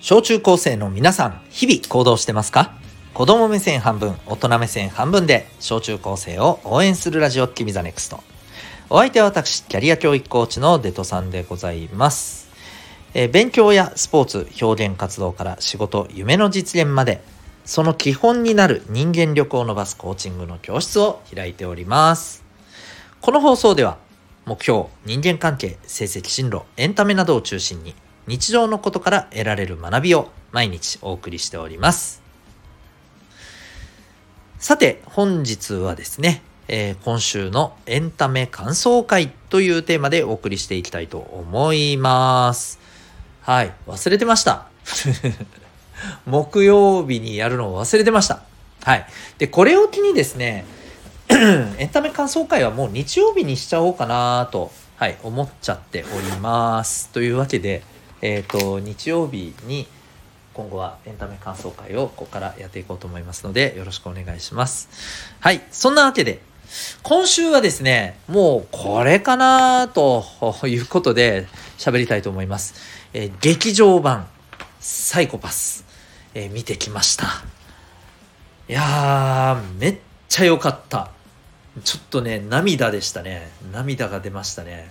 小中高生の皆さん、日々行動してますか？子供目線半分、大人目線半分で小中高生を応援するラジオ君ザネクスト。お相手は私、キャリア教育コーチのデトさんでございます。勉強やスポーツ、表現活動から仕事、夢の実現まで、その基本になる人間力を伸ばすコーチングの教室を開いております。この放送では目標、人間関係、成績進路、エンタメなどを中心に日常のことから得られる学びを毎日お送りしております。さて本日はですね、今週のエンタメ感想会というテーマでお送りしていきたいと思います。はい、忘れてました木曜日にやるのを忘れてました。はい。で、これを機にですねエンタメ感想会はもう日曜日にしちゃおうかなと、思っちゃっております。というわけで、日曜日に今後はエンタメ感想会をここからやっていこうと思いますので、よろしくお願いします。はい。そんなわけで、今週はですね、もうこれかなということで喋りたいと思います。劇場版サイコパス、見てきました。いやー、めっちゃ良かった。ちょっとね、涙でしたね。涙が出ましたね。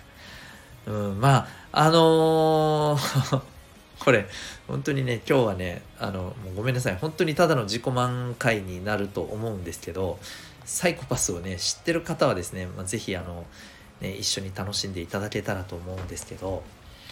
これ本当にね、今日はね、もうごめんなさい、本当にただの自己満会になると思うんですけど、サイコパスをね知ってる方はですね、ぜひ一緒に楽しんでいただけたらと思うんですけど、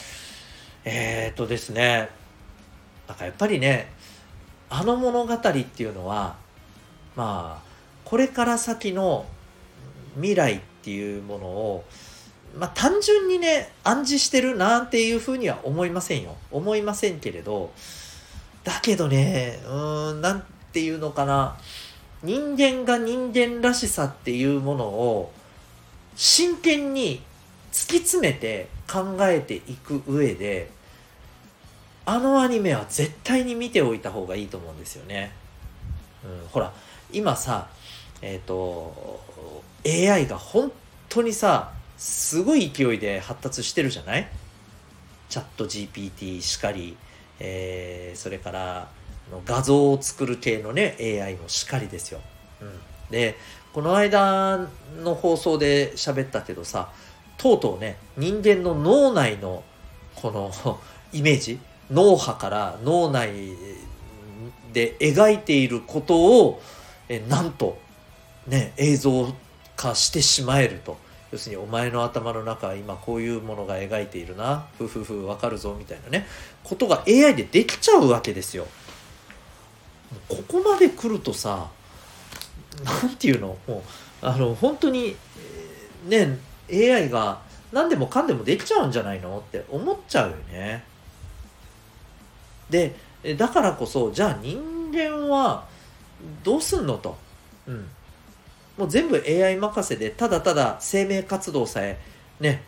ですね、なんかやっぱりね、あの物語っていうのはこれから先の未来っていうものを単純にね暗示してるなんていうふうには思いませんけれど、だけどね、なんていうのかな、人間が人間らしさっていうものを真剣に突き詰めて考えていく上で、あのアニメは絶対に見ておいた方がいいと思うんですよね。ほら今さ、AI が本当にさすごい勢いで発達してるじゃない？チャット GPT しかり、それから画像を作る系のね AI もしかりですよ。で、この間の放送で喋ったけどさ、とうとうね、人間の脳内のこのイメージ、脳波から脳内で描いていることをなんとね映像化してしまえると。要するにお前の頭の中は今こういうものが描いているな、わかるぞみたいなねことが AI でできちゃうわけですよ。ここまで来るとさ、なんていうの、もう本当にね AI が何でもかんでもできちゃうんじゃないのって思っちゃうよね。でだからこそ、じゃあ人間はどうすんのと、もう全部 AI 任せでただただ生命活動さえね、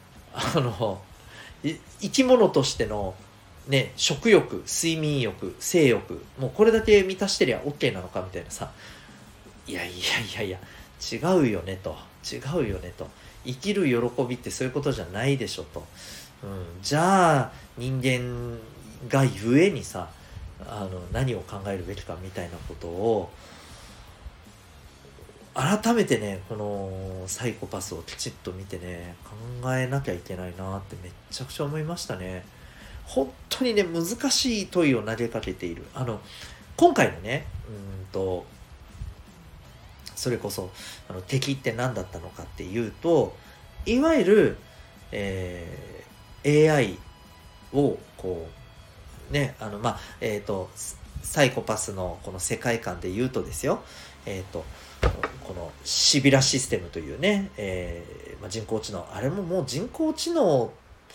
生き物としてのね、食欲、睡眠欲、性欲、もうこれだけ満たしてりゃ OK なのかみたいなさ、いや違うよねと生きる喜びってそういうことじゃないでしょと、じゃあ人間がゆえにさ、何を考えるべきかみたいなことを改めてね、このサイコパスをきちっと見てね考えなきゃいけないなってめっちゃくちゃ思いましたね。本当にね難しい問いを投げかけている。今回のね、それこそ敵って何だったのかっていうと、いわゆる、AI をこうね、サイコパスのこの世界観で言うとですよ、このシビラシステムというね、人工知能、あれももう人工知能、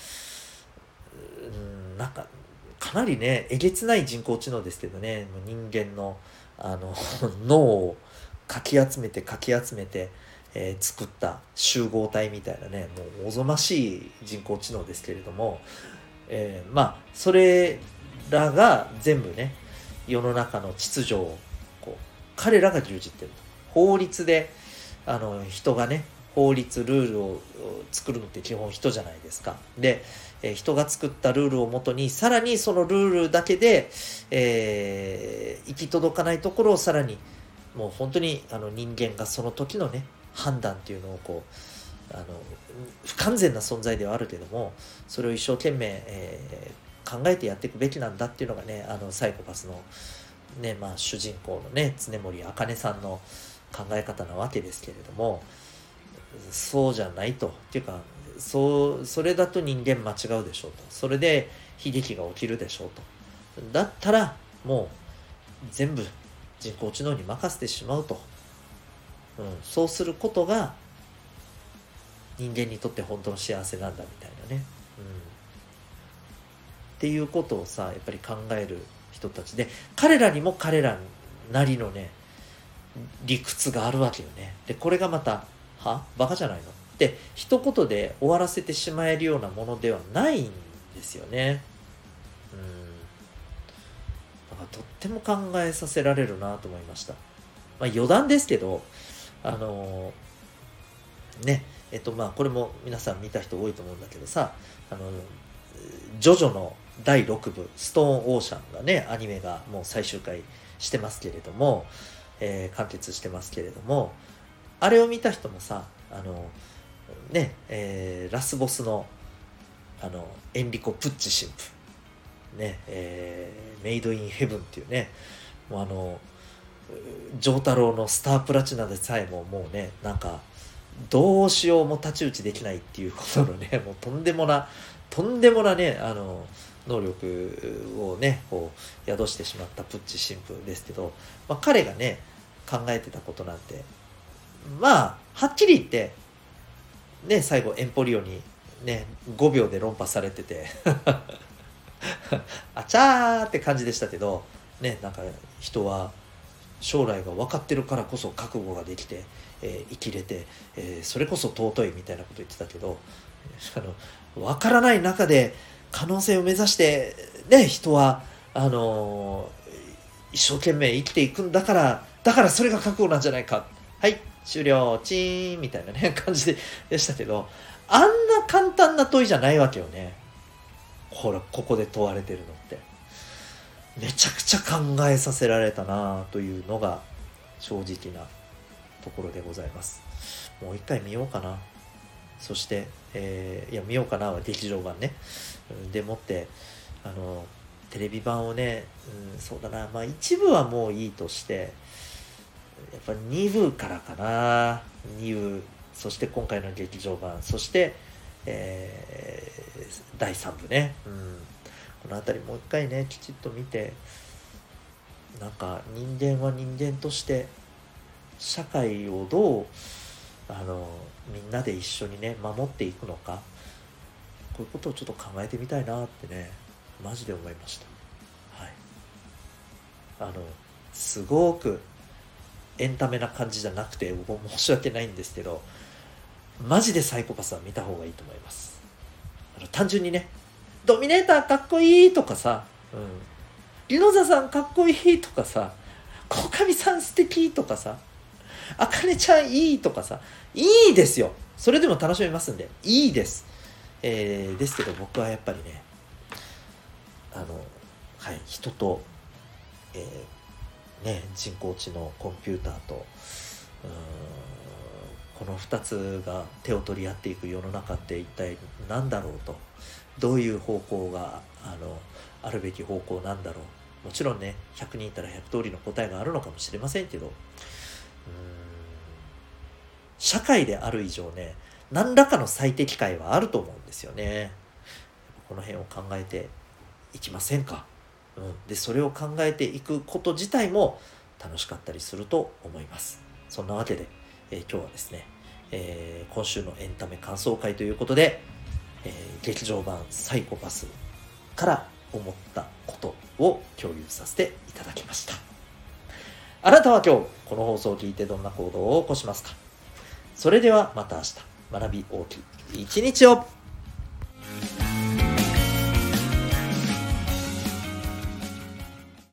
なんかかなりねえげつない人工知能ですけどね、もう人間の脳をかき集めて作った集合体みたいなね、もうおぞましい人工知能ですけれども、それらが全部ね世の中の秩序をこう彼らが牛耳ってると。法律で人がね法律ルールを作るのって基本人じゃないですか。で、人が作ったルールをもとにさらにそのルールだけで、行き届かないところをさらにもう本当に人間がその時のね判断っていうのをこう不完全な存在ではあるけども、それを一生懸命、考えてやっていくべきなんだっていうのがねサイコパスのね、主人公のね常森茜さんの考え方なわけですけれども、そうじゃないとっていうか、それだと人間間違うでしょうと、それで悲劇が起きるでしょうと、だったらもう全部人工知能に任せてしまうと、そうすることが人間にとって本当の幸せなんだみたいなね、っていうことをさやっぱり考える人たちで、彼らにも彼らなりのね理屈があるわけよね。でこれがまたバカじゃないのって一言で終わらせてしまえるようなものではないんですよね。だからとっても考えさせられるなと思いました。余談ですけどねこれも皆さん見た人多いと思うんだけどさ、ジョジョの第6部ストーンオーシャンがねアニメがもう最終回してますけれども、完結してますけれども、あれを見た人もさラスボスのエンリコ・プッチ神父ね、メイドインヘブンっていうね、もう丈太郎のスタープラチナでさえももうねなんかどうしようも太刀打ちできないっていうことのねもうとんでもなね能力をねこう宿してしまったプッチ神父ですけど、彼がね考えてたことなんてはっきり言ってね最後エンポリオにね5秒で論破されててあちゃーって感じでしたけどね、なんか人は将来が分かってるからこそ覚悟ができて、生きれて、それこそ尊いみたいなこと言ってたけど、分からない中で可能性を目指してね人は一生懸命生きていくんだからそれが覚悟なんじゃないか、はい終了チーンみたいなね感じでしたけど、あんな簡単な問いじゃないわけよね。ほらここで問われてるのってめちゃくちゃ考えさせられたなというのが正直なところでございます。もう一回見ようかな。そして、見ようかなは劇場版ね、でもってテレビ版をね、そうだな、一部はもういいとしてやっぱ2部からかな。2部、そして今回の劇場版、そして、第3部ね、この辺りもう一回ねきちっと見て、なんか人間は人間として社会をどうみんなで一緒にね守っていくのか、こういうことをちょっと考えてみたいなってねマジで思いました。はい、すごくエンタメな感じじゃなくて申し訳ないんですけど、マジでサイコパスは見た方がいいと思います。単純にねドミネーターかっこいいとかさ、リノザさんかっこいいとかさ、小上さん素敵とかさ、あかねちゃんいいとかさ、いいですよ。それでも楽しめますんでいいです。ですけど僕はやっぱりね人と、人工知能コンピューターとこの2つが手を取り合っていく世の中って一体何だろうと、どういう方向があるべき方向なんだろう。もちろんね100人いたら100通りの答えがあるのかもしれませんけど、社会である以上ね何らかの最適解はあると思うんですよね。この辺を考えていきませんか。でそれを考えていくこと自体も楽しかったりすると思います。そんなわけで、今日はですね、今週のエンタメ感想会ということで、劇場版サイコパスから思ったことを共有させていただきました。あなたは今日この放送を聞いてどんな行動を起こしますか。それではまた明日、学び大きい一日を。